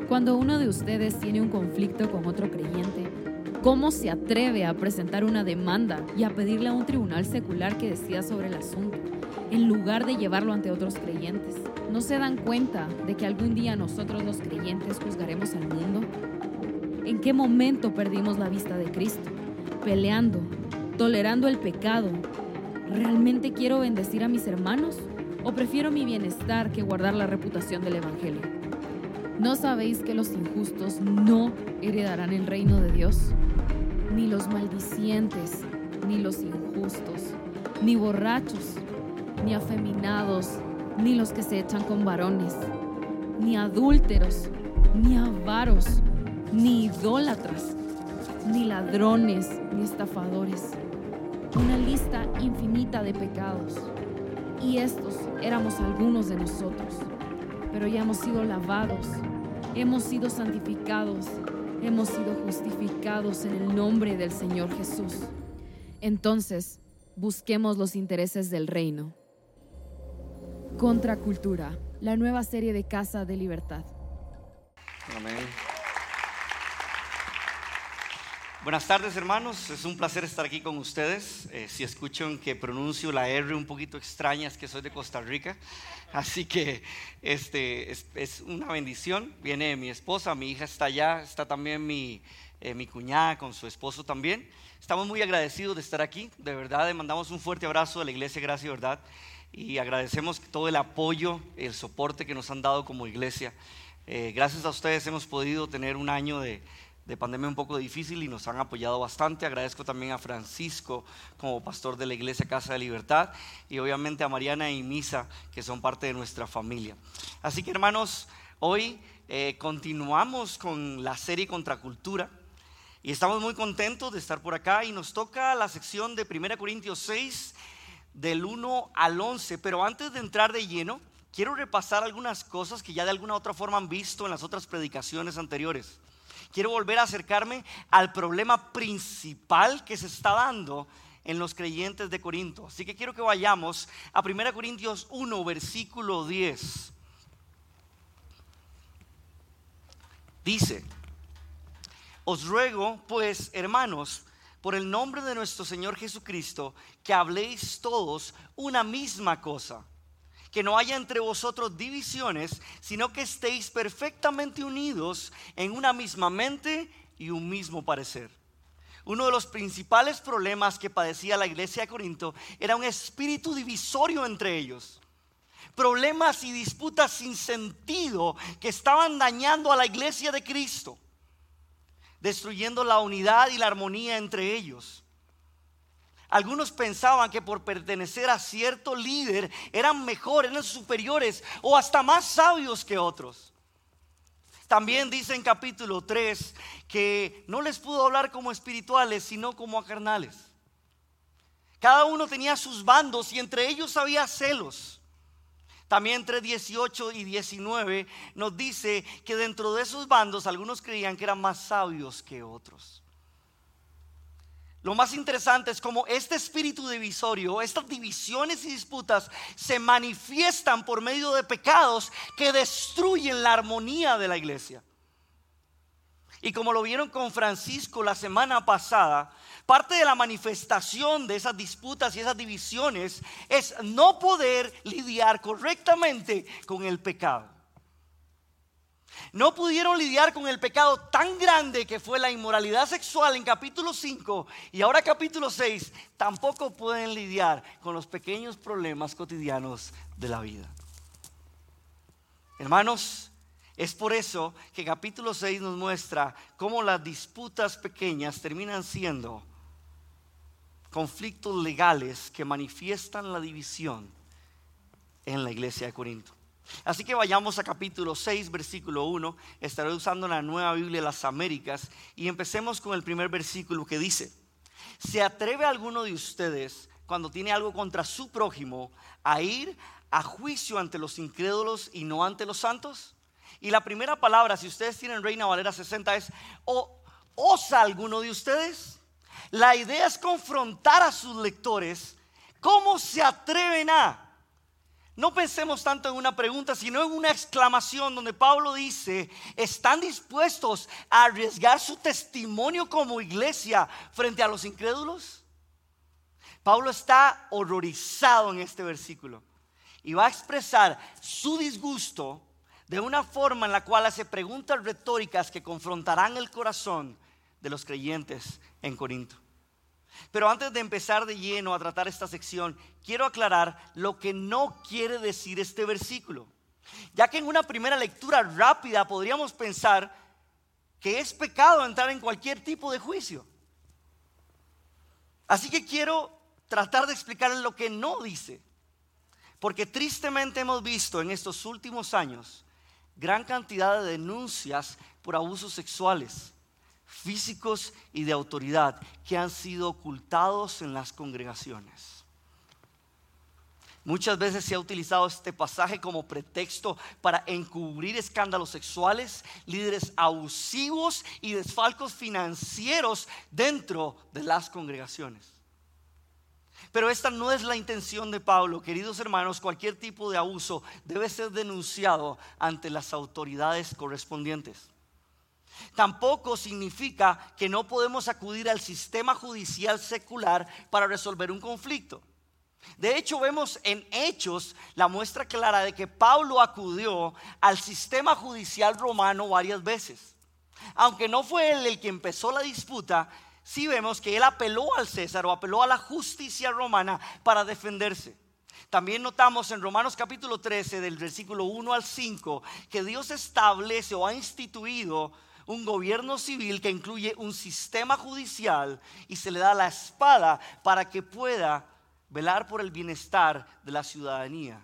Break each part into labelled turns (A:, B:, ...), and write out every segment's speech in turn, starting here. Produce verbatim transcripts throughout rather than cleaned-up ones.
A: Cuando uno de ustedes tiene un conflicto con otro creyente, ¿cómo se atreve a presentar una demanda y a pedirle a un tribunal secular que decida sobre el asunto, en lugar de llevarlo ante otros creyentes? ¿No se dan cuenta de que algún día nosotros los creyentes juzgaremos al mundo? ¿En qué momento perdimos la vista de Cristo? Peleando, tolerando el pecado. ¿Realmente quiero bendecir a mis hermanos? ¿O prefiero mi bienestar que guardar la reputación del Evangelio? ¿No sabéis que los injustos no heredarán el reino de Dios? Ni los maldicientes, ni los injustos, ni borrachos, ni afeminados, ni los que se echan con varones, ni adúlteros, ni avaros, ni idólatras, ni ladrones, ni estafadores. Una lista infinita de pecados. Y estos éramos algunos de nosotros. Pero ya hemos sido lavados, hemos sido santificados, hemos sido justificados en el nombre del Señor Jesús. Entonces, busquemos los intereses del reino. Contracultura, la nueva serie de Casa de Libertad.
B: Amén. Buenas tardes, hermanos, es un placer estar aquí con ustedes. eh, Si escuchan que pronuncio la R un poquito extraña, es que soy de Costa Rica. Así que este, es, es una bendición. Viene mi esposa, mi hija está allá, está también mi, eh, mi cuñada con su esposo también. Estamos muy agradecidos de estar aquí, de verdad. Le mandamos un fuerte abrazo a la Iglesia Gracia y Verdad y agradecemos todo el apoyo, el soporte que nos han dado como iglesia. eh, Gracias a ustedes hemos podido tener un año de de pandemia un poco difícil y nos han apoyado bastante. Agradezco también a Francisco como pastor de la Iglesia Casa de Libertad y obviamente a Mariana y Misa, que son parte de nuestra familia. Así que, hermanos, hoy eh, continuamos con la serie Contracultura y estamos muy contentos de estar por acá y nos toca la sección de primera Corintios seis del uno al once. Pero antes de entrar de lleno, quiero repasar algunas cosas que ya de alguna u otra forma han visto en las otras predicaciones anteriores. Quiero volver a acercarme al problema principal que se está dando en los creyentes de Corinto. Así que quiero que vayamos a primera Corintios uno, versículo diez. Dice: os ruego pues, hermanos, por el nombre de nuestro Señor Jesucristo, que habléis todos una misma cosa, que no haya entre vosotros divisiones, sino que estéis perfectamente unidos en una misma mente y un mismo parecer. Uno de los principales problemas que padecía la iglesia de Corinto era un espíritu divisorio entre ellos. Problemas y disputas sin sentido que estaban dañando a la iglesia de Cristo, destruyendo la unidad y la armonía entre ellos. Algunos pensaban que por pertenecer a cierto líder eran mejores, eran superiores o hasta más sabios que otros. También dice en capítulo tres que no les pudo hablar como espirituales, sino como a carnales. Cada uno tenía sus bandos y entre ellos había celos. También entre dieciocho y diecinueve nos dice que dentro de esos bandos algunos creían que eran más sabios que otros. Lo más interesante es cómo este espíritu divisorio, estas divisiones y disputas se manifiestan por medio de pecados que destruyen la armonía de la iglesia. Y como lo vieron con Francisco la semana pasada, parte de la manifestación de esas disputas y esas divisiones es no poder lidiar correctamente con el pecado. No pudieron lidiar con el pecado tan grande que fue la inmoralidad sexual en capítulo cinco, y ahora capítulo seis tampoco pueden lidiar con los pequeños problemas cotidianos de la vida. Hermanos, es por eso que capítulo seis nos muestra cómo las disputas pequeñas terminan siendo conflictos legales que manifiestan la división en la iglesia de Corinto. Así que vayamos a capítulo seis, versículo uno. Estaré usando la Nueva Biblia de las Américas y empecemos con el primer versículo que dice: ¿se atreve alguno de ustedes, cuando tiene algo contra su prójimo, a ir a juicio ante los incrédulos y no ante los santos? Y la primera palabra, si ustedes tienen Reina Valera sesenta, es ¿o osa alguno de ustedes? La idea es confrontar a sus lectores. ¿Cómo se atreven a? no pensemos tanto en una pregunta, sino en una exclamación donde Pablo dice: ¿están dispuestos a arriesgar su testimonio como iglesia frente a los incrédulos? Pablo está horrorizado en este versículo y va a expresar su disgusto de una forma en la cual hace preguntas retóricas que confrontarán el corazón de los creyentes en Corinto. Pero antes de empezar de lleno a tratar esta sección, quiero aclarar lo que no quiere decir este versículo, ya que en una primera lectura rápida podríamos pensar que es pecado entrar en cualquier tipo de juicio. Así que quiero tratar de explicarles lo que no dice, porque tristemente hemos visto en estos últimos años gran cantidad de denuncias por abusos sexuales, físicos y de autoridad que han sido ocultados en las congregaciones. Muchas veces se ha utilizado este pasaje como pretexto para encubrir escándalos sexuales, líderes abusivos y desfalcos financieros dentro de las congregaciones. Pero esta no es la intención de Pablo. Queridos hermanos, cualquier tipo de abuso debe ser denunciado ante las autoridades correspondientes. Tampoco significa que no podemos acudir al sistema judicial secular para resolver un conflicto. De hecho, vemos en Hechos la muestra clara de que Pablo acudió al sistema judicial romano varias veces. Aunque no fue él el que empezó la disputa, sí vemos que él apeló al César o apeló a la justicia romana para defenderse. También notamos en Romanos capítulo trece, del versículo uno al cinco, que Dios establece o ha instituido un gobierno civil que incluye un sistema judicial y se le da la espada para que pueda velar por el bienestar de la ciudadanía.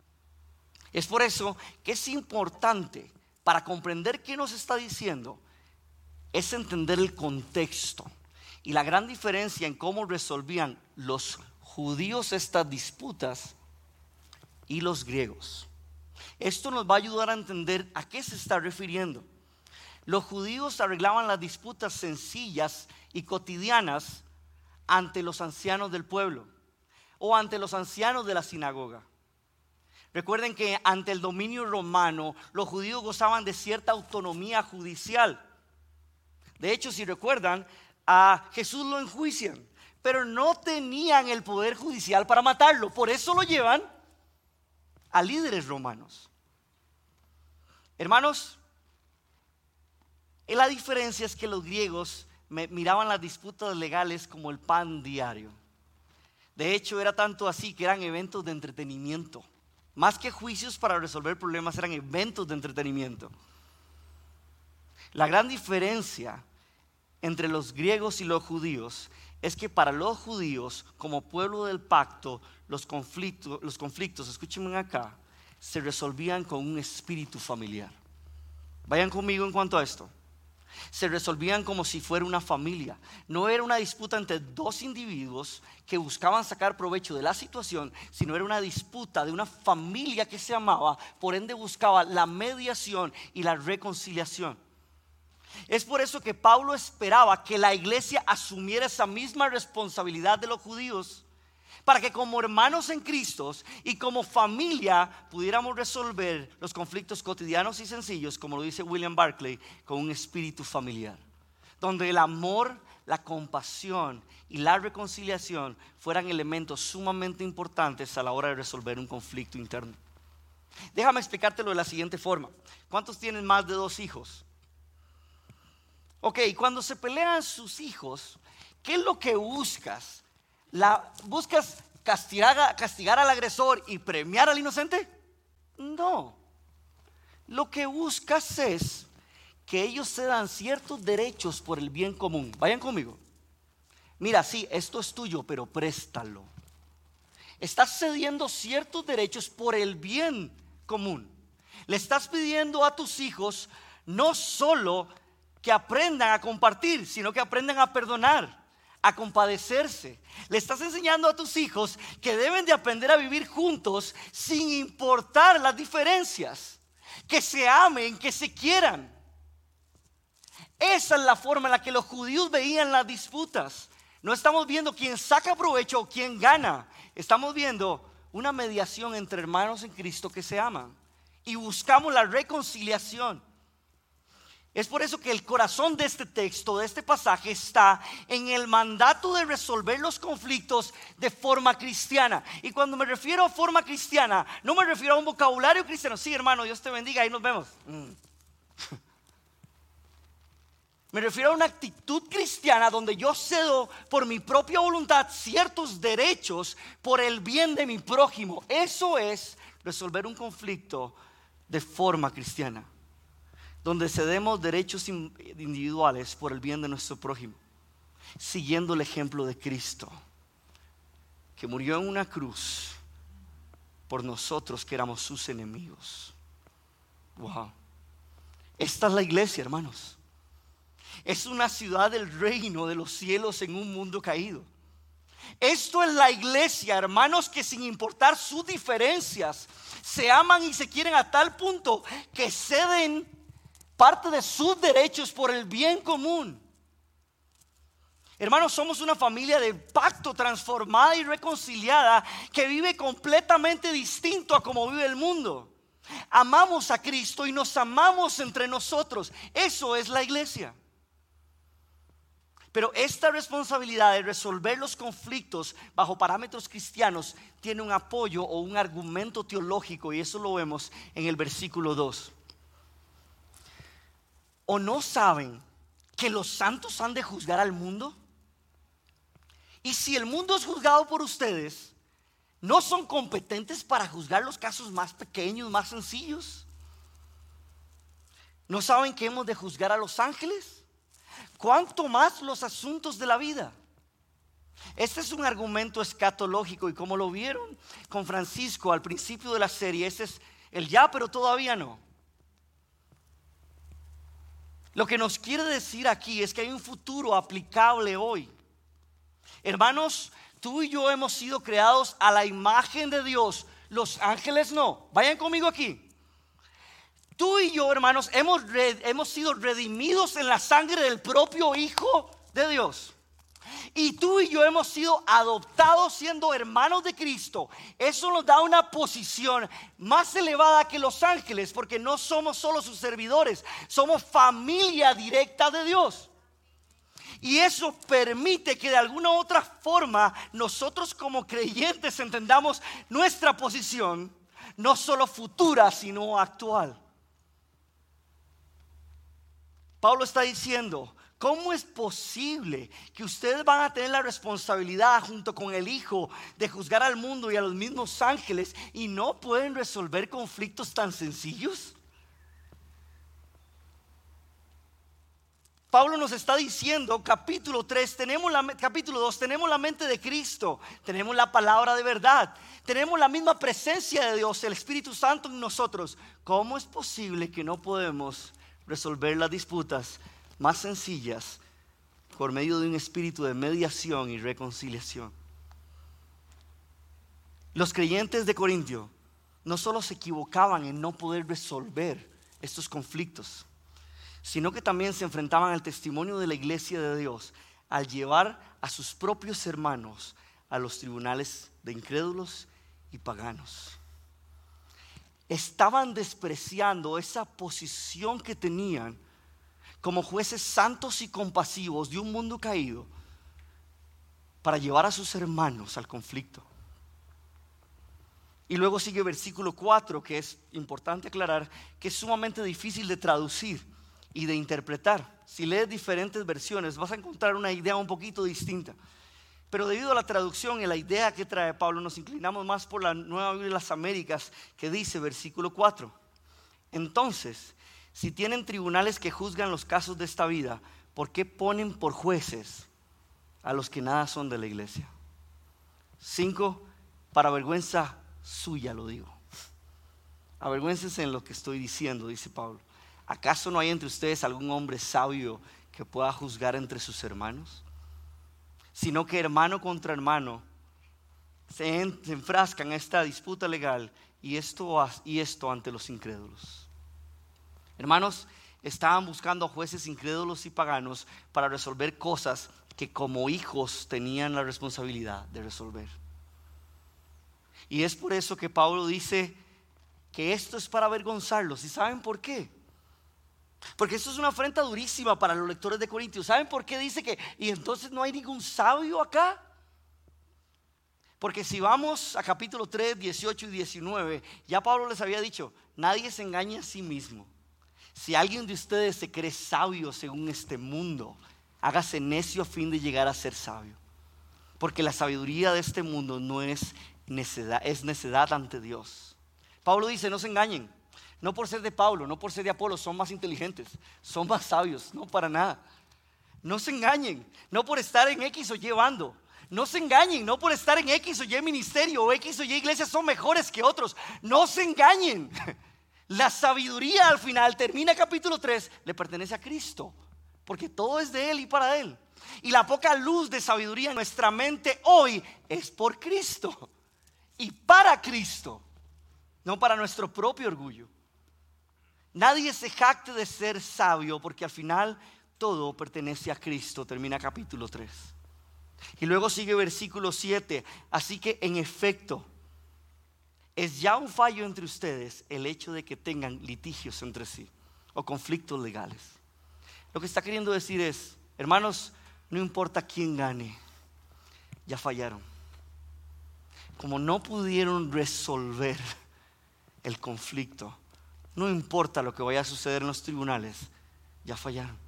B: Es por eso que es importante, para comprender qué nos está diciendo, es entender el contexto y la gran diferencia en cómo resolvían los judíos estas disputas y los griegos. Esto nos va a ayudar a entender a qué se está refiriendo. Los judíos arreglaban las disputas sencillas y cotidianas ante los ancianos del pueblo o ante los ancianos de la sinagoga. Recuerden que ante el dominio romano los judíos gozaban de cierta autonomía judicial. De hecho, si recuerdan, a Jesús lo enjuician, pero no tenían el poder judicial para matarlo. Por eso lo llevan a líderes romanos. Hermanos, la diferencia es que los griegos miraban las disputas legales como el pan diario. De hecho, era tanto así que eran eventos de entretenimiento. Más que juicios para resolver problemas, eran eventos de entretenimiento. La gran diferencia entre los griegos y los judíos es que para los judíos, como pueblo del pacto, los conflictos, los conflictos, escúchenme acá, se resolvían con un espíritu familiar. Vayan conmigo en cuanto a esto. Se resolvían como si fuera una familia. No era una disputa entre dos individuos que buscaban sacar provecho de la situación, sino era una disputa de una familia que se amaba, por ende buscaba la mediación y la reconciliación. Es por eso que Pablo esperaba que la iglesia asumiera esa misma responsabilidad de los judíos, para que como hermanos en Cristo y como familia pudiéramos resolver los conflictos cotidianos y sencillos, como lo dice William Barclay, con un espíritu familiar, donde el amor, la compasión y la reconciliación fueran elementos sumamente importantes a la hora de resolver un conflicto interno. Déjame explicártelo de la siguiente forma. ¿Cuántos tienen más de dos hijos? Ok, cuando se pelean sus hijos, ¿qué es lo que buscas? ¿La, ¿Buscas castigar, castigar al agresor y premiar al inocente? No. Lo que buscas es que ellos se dan ciertos derechos por el bien común. Vayan conmigo. Mira, sí, esto es tuyo, pero préstalo. Estás cediendo ciertos derechos por el bien común. Le estás pidiendo a tus hijos no solo que aprendan a compartir, sino que aprendan a perdonar, a compadecerse. Le estás enseñando a tus hijos que deben de aprender a vivir juntos sin importar las diferencias, que se amen, que se quieran. Esa es la forma en la que los judíos veían las disputas. No estamos viendo quién saca provecho o quién gana. Estamos viendo una mediación entre hermanos en Cristo que se aman y buscamos la reconciliación. Es por eso que el corazón de este texto, de este pasaje, está en el mandato de resolver los conflictos de forma cristiana. Y cuando me refiero a forma cristiana, no me refiero a un vocabulario cristiano. Sí, hermano, Dios te bendiga, ahí nos vemos. Mm. Me refiero a una actitud cristiana donde yo cedo por mi propia voluntad ciertos derechos por el bien de mi prójimo. Eso es resolver un conflicto de forma cristiana, donde cedemos derechos individuales por el bien de nuestro prójimo, siguiendo el ejemplo de Cristo, que murió en una cruz por nosotros que éramos sus enemigos. Wow. Esta es la iglesia, hermanos. Es una ciudad del reino de los cielos en un mundo caído. Esto es la iglesia, hermanos, que sin importar sus diferencias, se aman y se quieren a tal punto que ceden parte de sus derechos por el bien común. Hermanos, somos una familia de pacto transformada y reconciliada que vive completamente distinto a como vive el mundo. Amamos a Cristo y nos amamos entre nosotros. Eso es la iglesia. Pero esta responsabilidad de resolver los conflictos bajo parámetros cristianos tiene un apoyo o un argumento teológico, y eso lo vemos en el versículo dos. ¿O no saben que los santos han de juzgar al mundo? Y si el mundo es juzgado por ustedes, ¿no son competentes para juzgar los casos más pequeños, más sencillos? ¿No saben que hemos de juzgar a los ángeles? ¿Cuánto más los asuntos de la vida? Este es un argumento escatológico, y como lo vieron con Francisco al principio de la serie, este es el ya pero todavía no. Lo que nos quiere decir aquí es que hay un futuro aplicable hoy. Hermanos, tú y yo hemos sido creados a la imagen de Dios. Los ángeles no. Vayan conmigo aquí. Tú y yo, hermanos, hemos, hemos sido redimidos en la sangre del propio Hijo de Dios. Y tú y yo hemos sido adoptados siendo hermanos de Cristo. Eso nos da una posición más elevada que los ángeles, porque no somos solo sus servidores, somos familia directa de Dios. Y eso permite que de alguna u otra forma nosotros como creyentes entendamos nuestra posición, no solo futura, sino actual. Pablo está diciendo, ¿cómo es posible que ustedes van a tener la responsabilidad junto con el Hijo de juzgar al mundo y a los mismos ángeles y no pueden resolver conflictos tan sencillos? Pablo nos está diciendo, capítulo tres, tenemos la, capítulo dos, tenemos la mente de Cristo, tenemos la palabra de verdad, tenemos la misma presencia de Dios, el Espíritu Santo en nosotros. ¿Cómo es posible que no podemos resolver las disputas más sencillas por medio de un espíritu de mediación y reconciliación? Los creyentes de Corintio no solo se equivocaban en no poder resolver estos conflictos, sino que también se enfrentaban al testimonio de la iglesia de Dios al llevar a sus propios hermanos a los tribunales de incrédulos y paganos. Estaban despreciando esa posición que tenían como jueces santos y compasivos de un mundo caído para llevar a sus hermanos al conflicto. Y luego sigue versículo cuatro, que es importante aclarar que es sumamente difícil de traducir y de interpretar. Si lees diferentes versiones vas a encontrar una idea un poquito distinta, pero debido a la traducción y la idea que trae Pablo, nos inclinamos más por la Nueva Biblia de las Américas, que dice versículo cuatro: entonces, si tienen tribunales que juzgan los casos de esta vida, ¿por qué ponen por jueces a los que nada son de la iglesia? Cinco, para vergüenza suya lo digo. Avergüéncense en lo que estoy diciendo, dice Pablo. ¿Acaso no hay entre ustedes algún hombre sabio que pueda juzgar entre sus hermanos? Sino que hermano contra hermano se, en, se enfrascan en esta disputa legal y esto, y esto ante los incrédulos. Hermanos, estaban buscando jueces incrédulos y paganos para resolver cosas que como hijos tenían la responsabilidad de resolver. Y es por eso que Pablo dice que esto es para avergonzarlos. ¿Y saben por qué? Porque esto es una afrenta durísima para los lectores de Corintios. ¿Saben por qué dice que y entonces no hay ningún sabio acá? Porque si vamos a capítulo tres, dieciocho y diecinueve, ya Pablo les había dicho, nadie se engañe a sí mismo. Si alguien de ustedes se cree sabio según este mundo, hágase necio a fin de llegar a ser sabio. Porque la sabiduría de este mundo no es necedad, es necedad ante Dios. Pablo dice, no se engañen. No por ser de Pablo, no por ser de Apolo, son más inteligentes, son más sabios, no para nada. No se engañen, no por estar en X o Y bando. No se engañen, no por estar en X o Y ministerio o X o Y iglesia son mejores que otros. No se engañen. La sabiduría al final, termina capítulo tres, le pertenece a Cristo. Porque todo es de Él y para Él. Y la poca luz de sabiduría en nuestra mente hoy es por Cristo. Y para Cristo, no para nuestro propio orgullo. Nadie se jacte de ser sabio porque al final todo pertenece a Cristo. Termina capítulo tres. Y luego sigue versículo siete. Así que en efecto, es ya un fallo entre ustedes el hecho de que tengan litigios entre sí o conflictos legales. Lo que está queriendo decir es, hermanos, no importa quién gane, ya fallaron. Como no pudieron resolver el conflicto, no importa lo que vaya a suceder en los tribunales, ya fallaron.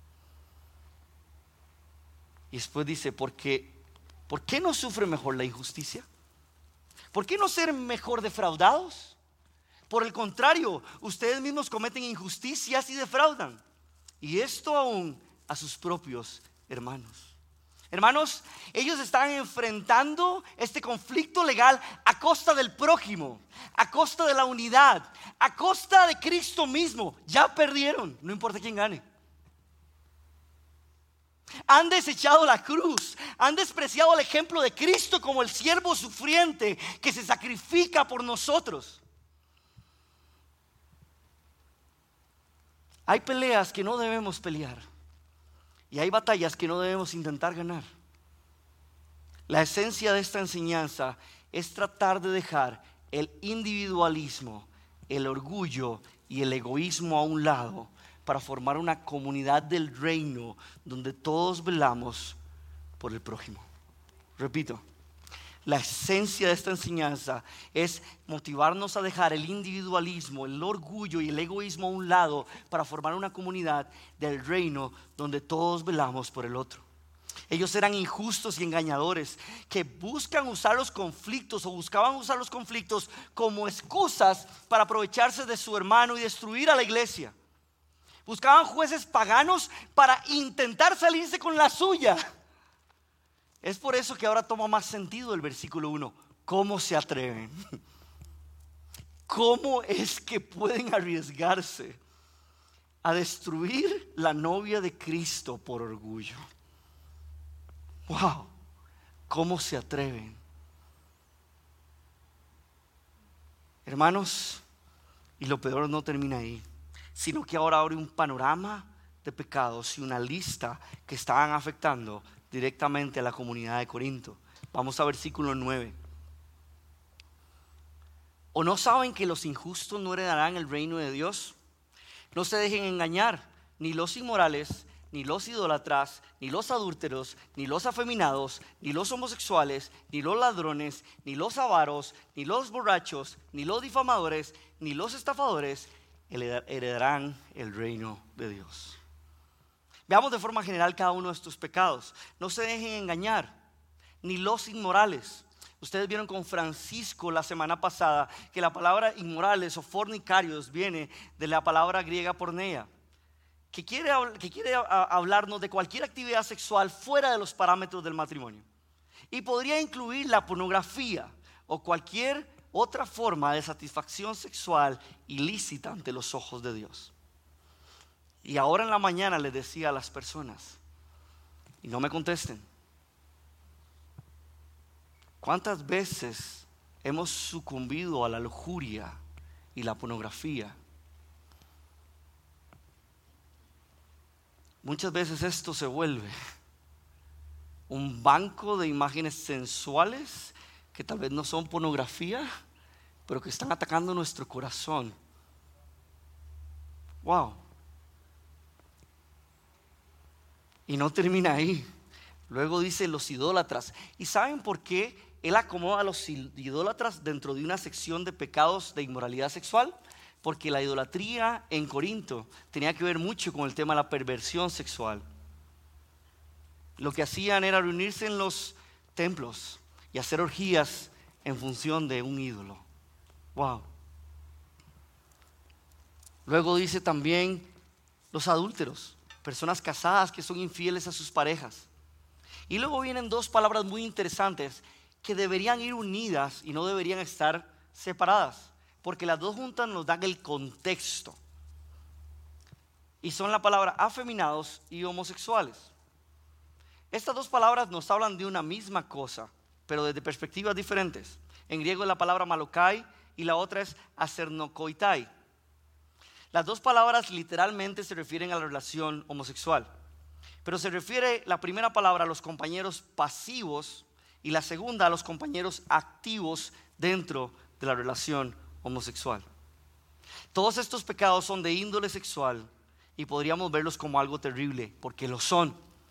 B: Y después dice, ¿por qué, ¿por qué no sufre mejor la injusticia? ¿Por qué no ser mejor defraudados? Por el contrario, ustedes mismos cometen injusticias y defraudan. Y esto aún a sus propios hermanos. Hermanos, ellos están enfrentando este conflicto legal a costa del prójimo, a costa de la unidad, a costa de Cristo mismo. Ya perdieron, no importa quién gane. Han desechado la cruz, han despreciado el ejemplo de Cristo como el siervo sufriente que se sacrifica por nosotros. Hay peleas que no debemos pelear y hay batallas que no debemos intentar ganar. La esencia de esta enseñanza es tratar de dejar el individualismo, el orgullo y el egoísmo a un lado para formar una comunidad del reino donde todos velamos por el prójimo. Repito, la esencia de esta enseñanza es motivarnos a dejar el individualismo, el orgullo y el egoísmo a un lado para formar una comunidad del reino donde todos velamos por el otro. Ellos eran injustos y engañadores que buscan usar los conflictos o buscaban usar los conflictos como excusas para aprovecharse de su hermano y destruir a la iglesia. Buscaban jueces paganos para intentar salirse con la suya. Es por eso que ahora toma más sentido el versículo uno. ¿Cómo se atreven? ¿Cómo es que pueden arriesgarse a destruir la novia de Cristo por orgullo? ¡Wow! ¿Cómo se atreven? Hermanos, y lo peor no termina ahí, sino que ahora abre un panorama de pecados y una lista que estaban afectando directamente a la comunidad de Corinto. Vamos a versículo nueve. ¿O no saben que los injustos no heredarán el reino de Dios? No se dejen engañar, ni los inmorales, ni los idólatras, ni los adúlteros, ni los afeminados, ni los homosexuales, ni los ladrones, ni los avaros, ni los borrachos, ni los difamadores, ni los estafadores heredarán el reino de Dios. Veamos de forma general cada uno de estos pecados. No se dejen engañar, ni los inmorales. Ustedes vieron con Francisco la semana pasada que la palabra inmorales o fornicarios viene de la palabra griega porneia, que quiere, que quiere hablarnos de cualquier actividad sexual fuera de los parámetros del matrimonio. Y podría incluir la pornografía o cualquier otra forma de satisfacción sexual ilícita ante los ojos de Dios. Y ahora en la mañana les decía a las personas, y no me contesten, ¿cuántas veces hemos sucumbido a la lujuria y la pornografía? Muchas veces esto se vuelve un banco de imágenes sensuales que tal vez no son pornografía, pero que están atacando nuestro corazón. Wow. Y no termina ahí. Luego dice los idólatras. ¿Y saben por qué él acomoda a los idólatras dentro de una sección de pecados de inmoralidad sexual? Porque la idolatría en Corinto tenía que ver mucho con el tema de la perversión sexual. Lo que hacían era reunirse en los templos y hacer orgías en función de un ídolo. Wow. Luego dice también los adúlteros, personas casadas que son infieles a sus parejas. Y luego vienen dos palabras muy interesantes que deberían ir unidas y no deberían estar separadas, porque las dos juntas nos dan el contexto. Y son la palabra afeminados y homosexuales. Estas dos palabras nos hablan de una misma cosa, pero desde perspectivas diferentes. En griego es la palabra malokai y la otra es acernokoitai. Las dos palabras literalmente se refieren a la relación homosexual, pero se refiere la primera palabra a los compañeros pasivos y la segunda a los compañeros activos dentro de la relación homosexual. Todos estos pecados son de índole sexual y podríamos verlos como algo terrible, porque lo son.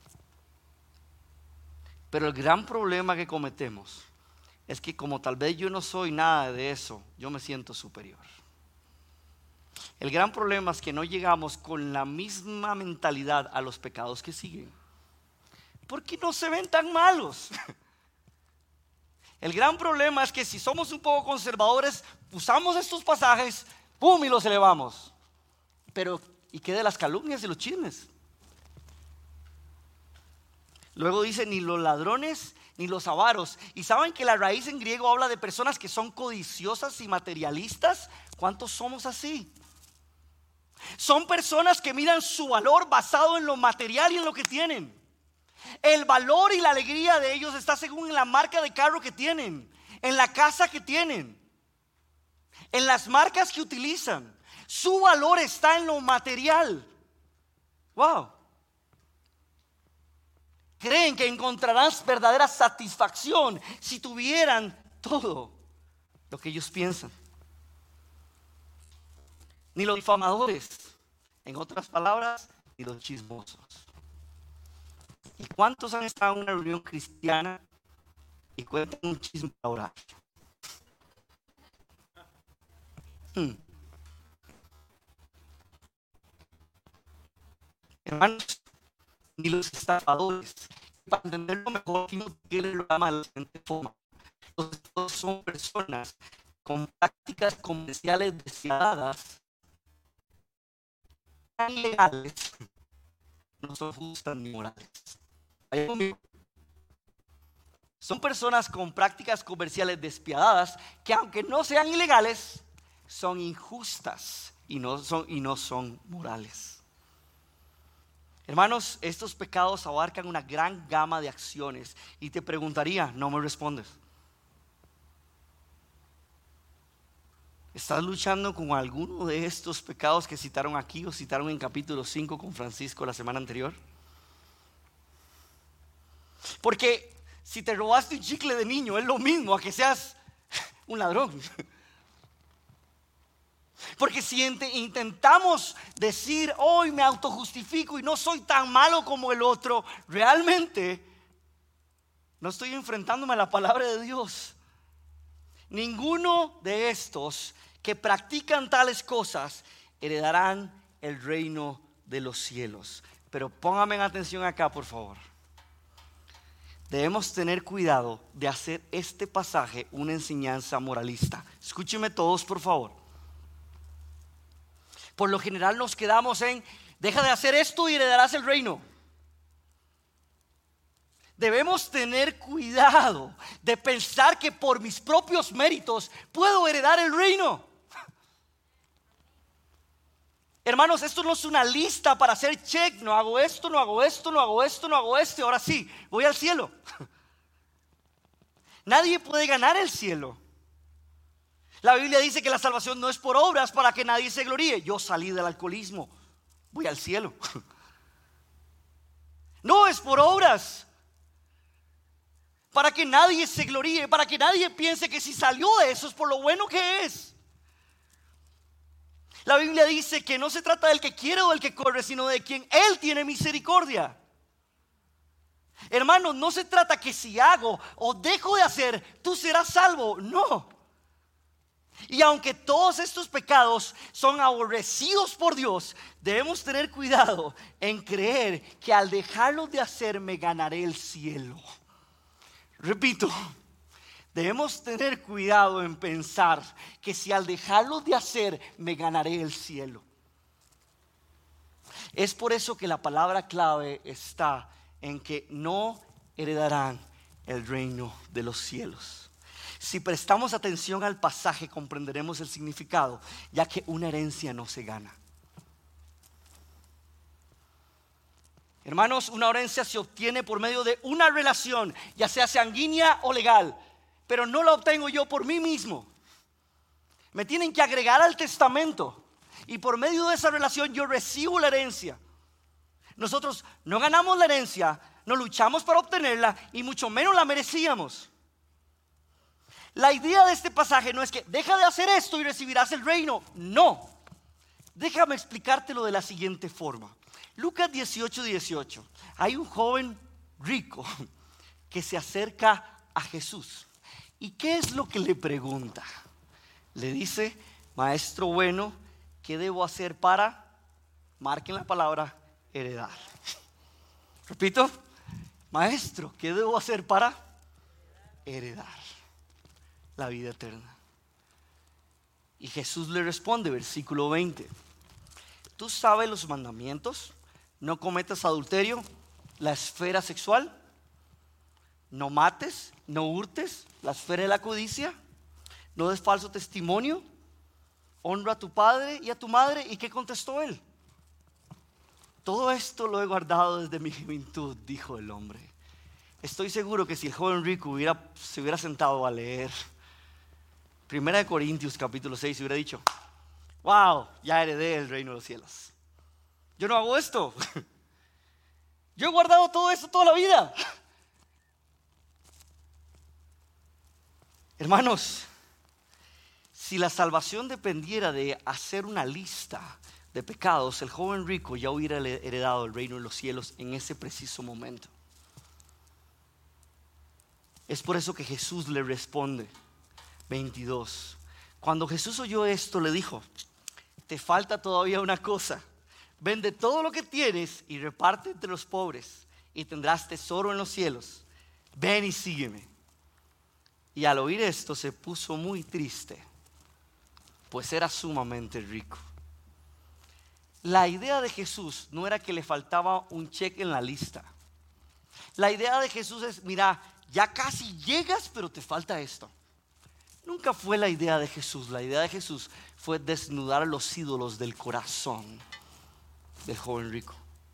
B: Pero el gran problema que cometemos es que como tal vez yo no soy nada de eso, yo me siento superior. El gran problema es que no llegamos con la misma mentalidad a los pecados que siguen, porque no se ven tan malos. El gran problema es que si somos un poco conservadores, usamos estos pasajes, ¡pum!, y los elevamos. Pero, ¿y qué de las calumnias y los chismes? Luego dice, ni los ladrones ni los avaros. Y saben que la raíz en griego habla de personas que son codiciosas y materialistas. ¿Cuántos somos así? Son personas que miran su valor basado en lo material y en lo que tienen. El valor y la alegría de ellos está según la marca de carro que tienen, en la casa que tienen, en las marcas que utilizan. Su valor está en lo material. Wow. Creen que encontrarán verdadera satisfacción si tuvieran todo lo que ellos piensan. Ni los difamadores, en otras palabras, ni los chismosos. ¿Y cuántos han estado en una reunión cristiana y cuentan un chisme para orar? Hmm. Hermanos, ni los estafadores. Para entenderlo mejor, que lo llama de la siguiente forma. Estos son personas con prácticas comerciales deseadas, tan ilegales, no son justas ni morales. Son personas con prácticas comerciales despiadadas que, aunque no sean ilegales, son injustas y no son, y no son morales. Hermanos, estos pecados abarcan una gran gama de acciones y te preguntaría, no me respondes. ¿Estás luchando con alguno de estos pecados que citaron aquí o citaron en capítulo cinco con Francisco la semana anterior? Porque si te robaste un chicle de niño es lo mismo a que seas un ladrón. Porque si intentamos decir hoy me autojustifico y no soy tan malo como el otro, realmente no estoy enfrentándome a la palabra de Dios. Ninguno de estos que practican tales cosas heredarán el reino de los cielos. Pero pónganme atención acá, por favor. Debemos tener cuidado de hacer este pasaje una enseñanza moralista. Escúchenme todos, por favor. Por lo general nos quedamos en, deja de hacer esto y heredarás el reino. Debemos tener cuidado de pensar que por mis propios méritos puedo heredar el reino. Hermanos, esto no es una lista para hacer check. No hago esto, no hago esto, no hago esto, no hago esto. Ahora sí, voy al cielo. Nadie puede ganar el cielo. La Biblia dice que la salvación no es por obras para que nadie se gloríe. Yo salí del alcoholismo, voy al cielo. No es por obras para que nadie se gloríe, para que nadie piense que si salió de eso es por lo bueno que es. La Biblia dice que no se trata del que quiere o del que corre, sino de quien Él tiene misericordia. Hermanos, no se trata que si hago o dejo de hacer, tú serás salvo. No. Y aunque todos estos pecados son aborrecidos por Dios, debemos tener cuidado en creer que al dejarlos de hacer me ganaré el cielo. Repito, debemos tener cuidado en pensar que si al dejarlos de hacer me ganaré el cielo. Es por eso que la palabra clave está en que no heredarán el reino de los cielos. Si prestamos atención al pasaje, comprenderemos el significado, ya que una herencia no se gana. Hermanos, una herencia se obtiene por medio de una relación, ya sea sanguínea o legal, pero no la obtengo yo por mí mismo. Me tienen que agregar al testamento y por medio de esa relación yo recibo la herencia. Nosotros no ganamos la herencia, no luchamos para obtenerla y mucho menos la merecíamos. La idea de este pasaje no es que deja de hacer esto y recibirás el reino. No. Déjame explicártelo de la siguiente forma. Lucas dieciocho, dieciocho. Hay un joven rico que se acerca a Jesús. ¿Y qué es lo que le pregunta? Le dice: maestro bueno, ¿qué debo hacer para, marquen la palabra, heredar? Repito, maestro, ¿qué debo hacer para heredar la vida eterna? Y Jesús le responde, versículo veinte: ¿tú sabes los mandamientos? No cometas adulterio, la esfera sexual, no mates, no hurtes, la esfera de la codicia, no des falso testimonio, honra a tu padre y a tu madre. ¿Y qué contestó él? Todo esto lo he guardado desde mi juventud, dijo el hombre. Estoy seguro que si el joven rico hubiera, se hubiera sentado a leer Primera de Corintios capítulo seis, hubiera dicho: wow, ya heredé el reino de los cielos. Yo no hago esto. Yo he guardado todo esto toda la vida. Hermanos, si la salvación dependiera de hacer una lista de pecados, el joven rico ya hubiera heredado el reino de los cielos en ese preciso momento. Es por eso que Jesús le responde, veintidós. Cuando Jesús oyó esto, le dijo: te falta todavía una cosa. Vende todo lo que tienes y reparte entre los pobres, y tendrás tesoro en los cielos. Ven y sígueme. Y al oír esto se puso muy triste, pues era sumamente rico. La idea de Jesús no era que le faltaba un cheque en la lista. La idea de Jesús es: mira, ya casi llegas, pero te falta esto. Nunca fue la idea de Jesús. La idea de Jesús fue desnudar los ídolos del corazón del joven rico.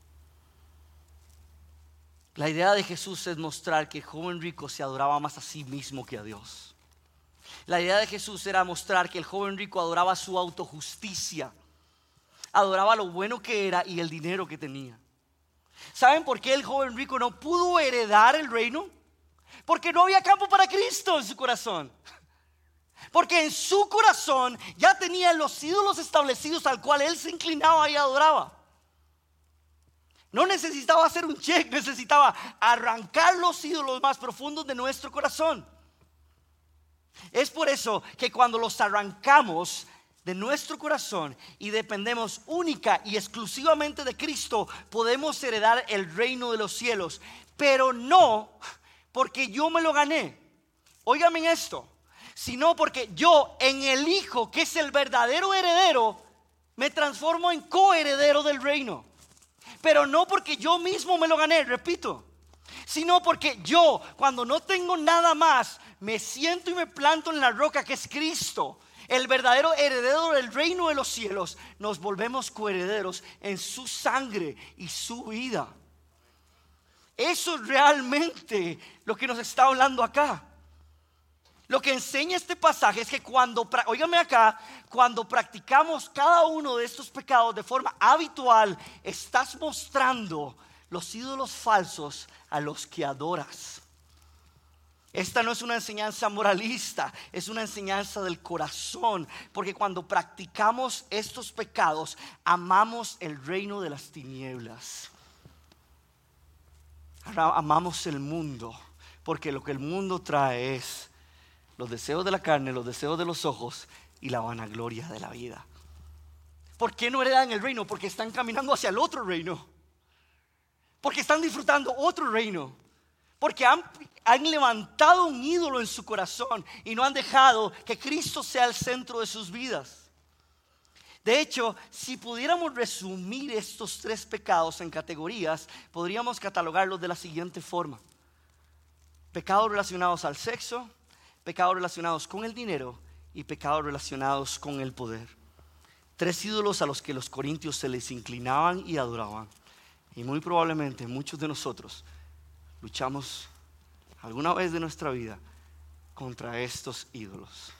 B: La idea de Jesús es mostrar que el joven rico se adoraba más a sí mismo que a Dios. La idea de Jesús era mostrar que el joven rico adoraba su autojusticia, adoraba lo bueno que era y el dinero que tenía. ¿Saben por qué el joven rico no pudo heredar el reino? Porque no había campo para Cristo en su corazón. Porque en su corazón ya tenía los ídolos establecidos al cual él se inclinaba y adoraba. No necesitaba hacer un check, necesitaba arrancar los ídolos más profundos de nuestro corazón. Es por eso que cuando los arrancamos de nuestro corazón y dependemos única y exclusivamente de Cristo, podemos heredar el reino de los cielos. Pero no porque yo me lo gané. Óigame en esto. Sino porque yo en el Hijo, que es el verdadero heredero, me transformo en coheredero del reino. Pero no porque yo mismo me lo gané, repito, sino porque yo, cuando no tengo nada más, me siento y me planto en la roca que es Cristo, el verdadero heredero del reino de los cielos. Nos volvemos coherederos en su sangre y su vida. Eso es realmente lo que nos está hablando acá. Lo que enseña este pasaje es que cuando, óigame acá, cuando practicamos cada uno de estos pecados de forma habitual, estás mostrando los ídolos falsos a los que adoras. Esta no es una enseñanza moralista, es una enseñanza del corazón, porque cuando practicamos estos pecados, amamos el reino de las tinieblas. Ahora amamos el mundo, porque lo que el mundo trae es los deseos de la carne, los deseos de los ojos y la vanagloria de la vida. ¿Por qué no heredan el reino? Porque están caminando hacia el otro reino, porque están disfrutando otro reino, porque han, han levantado un ídolo en su corazón y no han dejado que Cristo sea el centro de sus vidas. De hecho, si pudiéramos resumir estos tres pecados en categorías, podríamos catalogarlos de la siguiente forma: pecados relacionados al sexo, pecados relacionados con el dinero y pecados relacionados con el poder. Tres ídolos a los que los corintios se les inclinaban y adoraban. Y muy probablemente muchos de nosotros luchamos alguna vez de nuestra vida contra estos ídolos.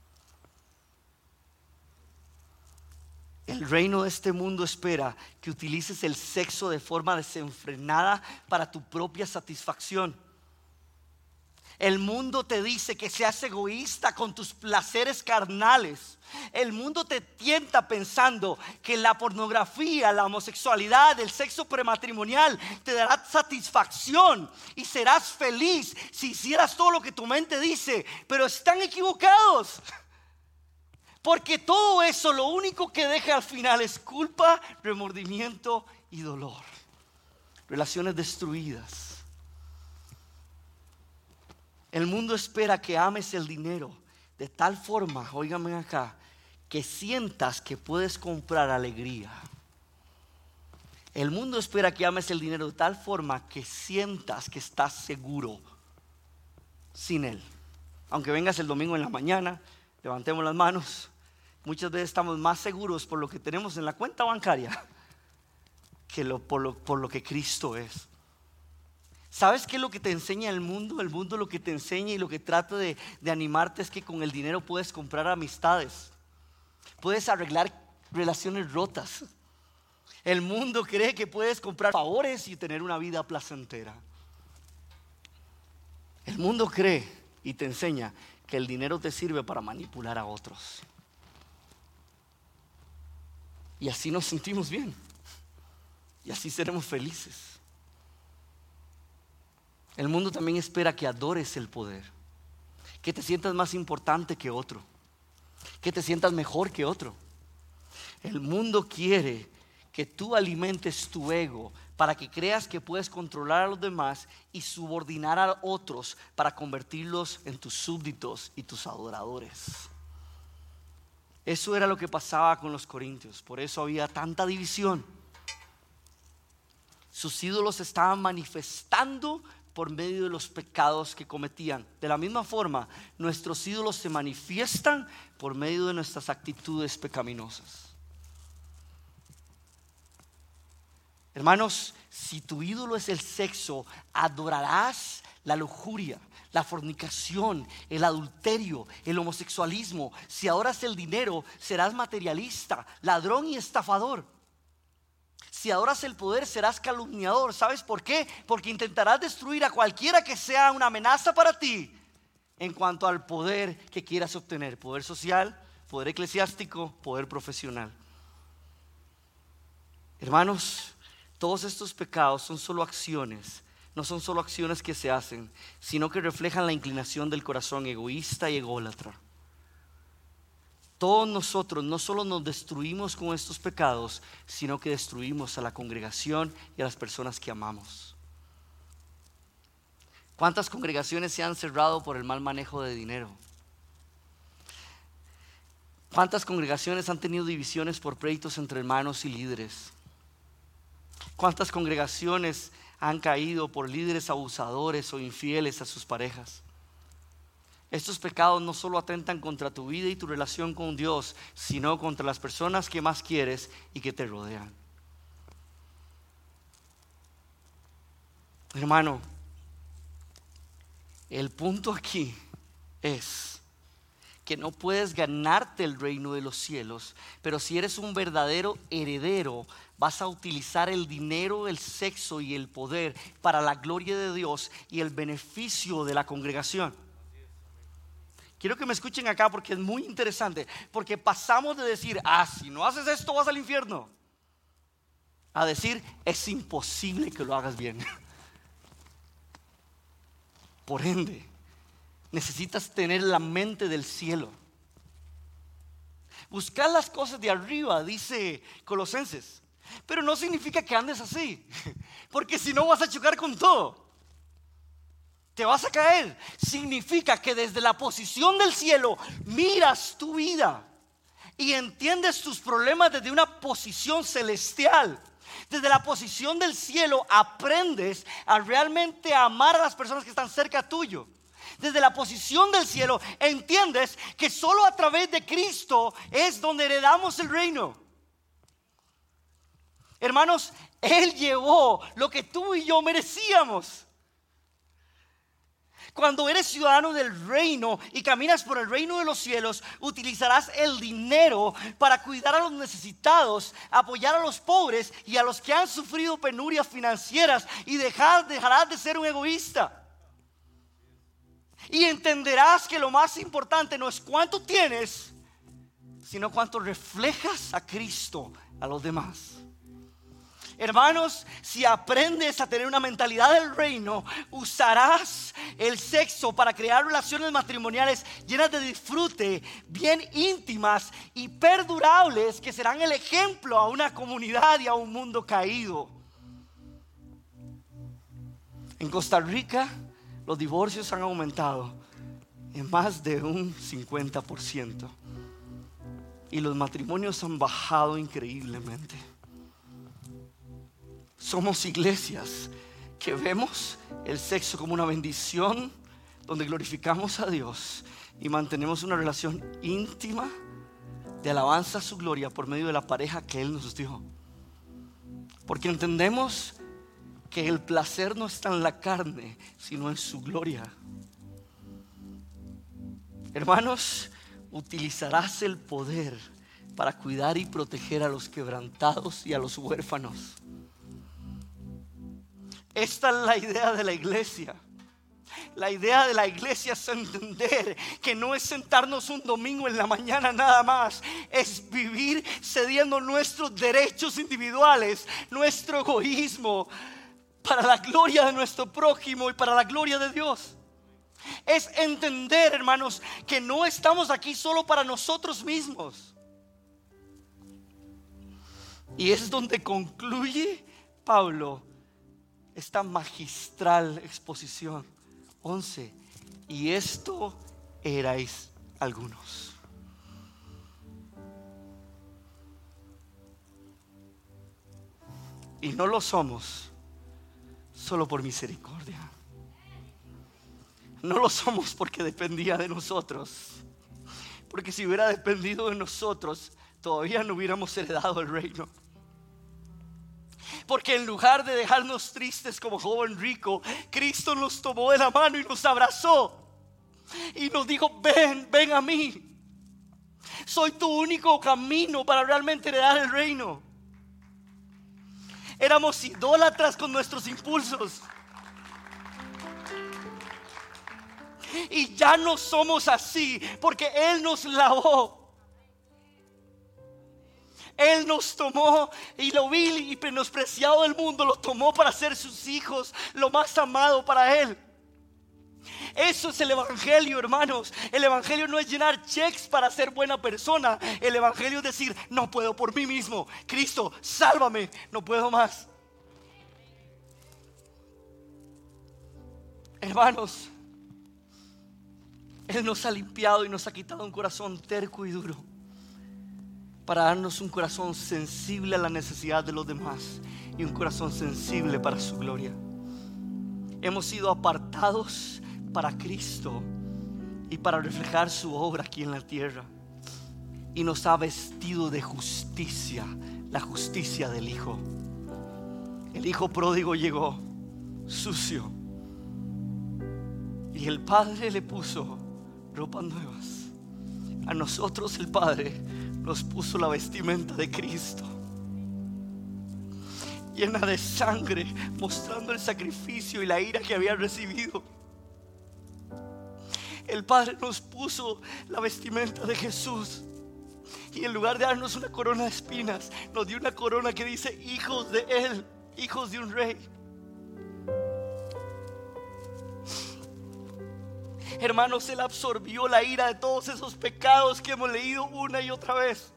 B: El reino de este mundo espera que utilices el sexo de forma desenfrenada para tu propia satisfacción. El mundo te dice que seas egoísta con tus placeres carnales. El mundo te tienta pensando que la pornografía, la homosexualidad, el sexo prematrimonial te dará satisfacción y serás feliz si hicieras todo lo que tu mente dice. Pero están equivocados, porque todo eso lo único que deja al final es culpa, remordimiento y dolor. Relaciones destruidas. El mundo espera que ames el dinero de tal forma, óigame acá, que sientas que puedes comprar alegría. El mundo espera que ames el dinero de tal forma que sientas que estás seguro sin él. Aunque vengas el domingo en la mañana, levantemos las manos, muchas veces estamos más seguros por lo que tenemos en la cuenta bancaria que lo, por, lo, por lo que Cristo es. ¿Sabes qué es lo que te enseña el mundo? El mundo lo que te enseña y lo que trata de, de animarte es que con el dinero puedes comprar amistades, puedes arreglar relaciones rotas. El mundo cree que puedes comprar favores y tener una vida placentera. El mundo cree y te enseña que el dinero te sirve para manipular a otros. Y así nos sentimos bien. Y así seremos felices. El mundo también espera que adores el poder, que te sientas más importante que otro, que te sientas mejor que otro. El mundo quiere que tú alimentes tu ego para que creas que puedes controlar a los demás y subordinar a otros para convertirlos en tus súbditos y tus adoradores. Eso era lo que pasaba con los corintios, por eso había tanta división. Sus ídolos estaban manifestando por medio de los pecados que cometían. De la misma forma, nuestros ídolos se manifiestan por medio de nuestras actitudes pecaminosas. Hermanos, si tu ídolo es el sexo, adorarás la lujuria, la fornicación, el adulterio, el homosexualismo. Si adoras el dinero, serás materialista, ladrón y estafador. Si adoras el poder, serás calumniador. ¿Sabes por qué? Porque intentarás destruir a cualquiera que sea una amenaza para ti en cuanto al poder que quieras obtener. Poder social, poder eclesiástico, poder profesional. Hermanos, todos estos pecados son solo acciones. No son solo acciones que se hacen, sino que reflejan la inclinación del corazón egoísta y ególatra. Todos nosotros no solo nos destruimos con estos pecados, sino que destruimos a la congregación y a las personas que amamos. ¿Cuántas congregaciones se han cerrado por el mal manejo de dinero? ¿Cuántas congregaciones han tenido divisiones por pleitos entre hermanos y líderes? ¿Cuántas congregaciones han caído por líderes abusadores o infieles a sus parejas? Estos pecados no solo atentan contra tu vida y tu relación con Dios, sino contra las personas que más quieres y que te rodean. Hermano, el punto aquí es que no puedes ganarte el reino de los cielos, pero si eres un verdadero heredero, vas a utilizar el dinero, el sexo y el poder para la gloria de Dios y el beneficio de la congregación. Quiero que me escuchen acá porque es muy interesante, porque pasamos de decir, ah, si no haces esto vas al infierno, a decir, es imposible que lo hagas bien. Por ende, necesitas tener la mente del cielo. Buscar las cosas de arriba, dice Colosenses. Pero no significa que andes así, porque si no vas a chocar con todo. Te vas a caer. Significa que desde la posición del cielo miras tu vida y entiendes tus problemas desde una posición celestial. Desde la posición del cielo aprendes a realmente amar a las personas que están cerca tuyo. Desde la posición del cielo entiendes que solo a través de Cristo es donde heredamos el reino. Hermanos, Él llevó lo que tú y yo merecíamos. Cuando eres ciudadano del reino y caminas por el reino de los cielos, utilizarás el dinero para cuidar a los necesitados, apoyar a los pobres y a los que han sufrido penurias financieras, y dejar, dejarás de ser un egoísta. Y entenderás que lo más importante no es cuánto tienes, sino cuánto reflejas a Cristo a los demás. Hermanos, si aprendes a tener una mentalidad del reino, usarás el sexo para crear relaciones matrimoniales llenas de disfrute, bien íntimas y perdurables, que serán el ejemplo a una comunidad y a un mundo caído. En Costa Rica, los divorcios han aumentado en más de un cincuenta por ciento y los matrimonios han bajado increíblemente. Somos iglesias que vemos el sexo como una bendición, donde glorificamos a Dios y mantenemos una relación íntima de alabanza a su gloria por medio de la pareja que Él nos dio. Porque entendemos que el placer no está en la carne, sino en su gloria. Hermanos, utilizarás el poder para cuidar y proteger a los quebrantados y a los huérfanos. Esta es la idea de la iglesia. La idea de la iglesia es entender que no es sentarnos un domingo en la mañana nada más. Es vivir cediendo nuestros derechos individuales, nuestro egoísmo, para la gloria de nuestro prójimo y para la gloria de Dios. Es entender, hermanos, que no estamos aquí solo para nosotros mismos. Y es donde concluye Pablo esta magistral exposición. Once. Y esto erais algunos. Y no lo somos solo por misericordia. No lo somos porque dependía de nosotros. Porque si hubiera dependido de nosotros, todavía no hubiéramos heredado el reino. Porque en lugar de dejarnos tristes como joven rico, Cristo nos tomó de la mano y nos abrazó y nos dijo: ven, ven a mí. Soy tu único camino para realmente heredar el reino. Éramos idólatras con nuestros impulsos, y ya no somos así, porque Él nos lavó. Él nos tomó, y lo vil y menospreciado del mundo lo tomó para ser sus hijos, lo más amado para Él. Eso es el evangelio, hermanos. El evangelio no es llenar cheques para ser buena persona. El evangelio es decir: no puedo por mí mismo, Cristo, sálvame, no puedo más. Hermanos, Él nos ha limpiado y nos ha quitado un corazón terco y duro, para darnos un corazón sensible a la necesidad de los demás y un corazón sensible para su gloria. Hemos sido apartados para Cristo y para reflejar su obra aquí en la tierra, y nos ha vestido de justicia, la justicia del Hijo. El hijo pródigo llegó sucio y el padre le puso ropas nuevas a nosotros el Padre nos puso la vestimenta de Cristo, llena de sangre, mostrando el sacrificio y la ira que había recibido. El Padre nos puso la vestimenta de Jesús, y en lugar de darnos una corona de espinas, nos dio una corona que dice hijos de Él, hijos de un rey. Hermanos, Él absorbió la ira de todos esos pecados que hemos leído una y otra vez.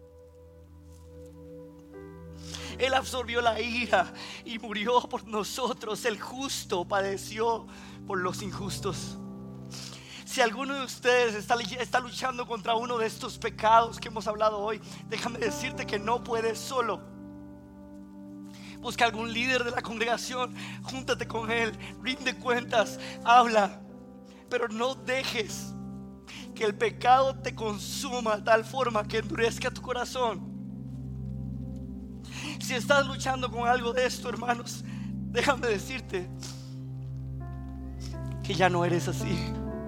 B: Él absorbió la ira y murió por nosotros. El justo padeció por los injustos. Si alguno de ustedes está, está luchando contra uno de estos pecados que hemos hablado hoy, déjame decirte que no puedes solo. Busca algún líder de la congregación, júntate con él, rinde cuentas, habla. Pero no dejes que el pecado te consuma de tal forma que endurezca tu corazón. Si estás luchando con algo de esto, hermanos, déjame decirte que ya no eres así.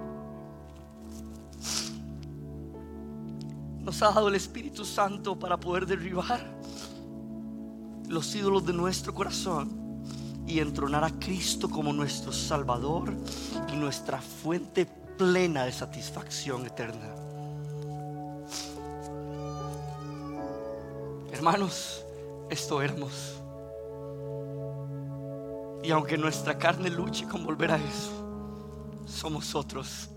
B: Nos ha dado el Espíritu Santo para poder derribar los ídolos de nuestro corazón y entronar a Cristo como nuestro Salvador y nuestra fuente plena de satisfacción eterna. Hermanos, esto éramos. Y aunque nuestra carne luche con volver a eso, somos otros.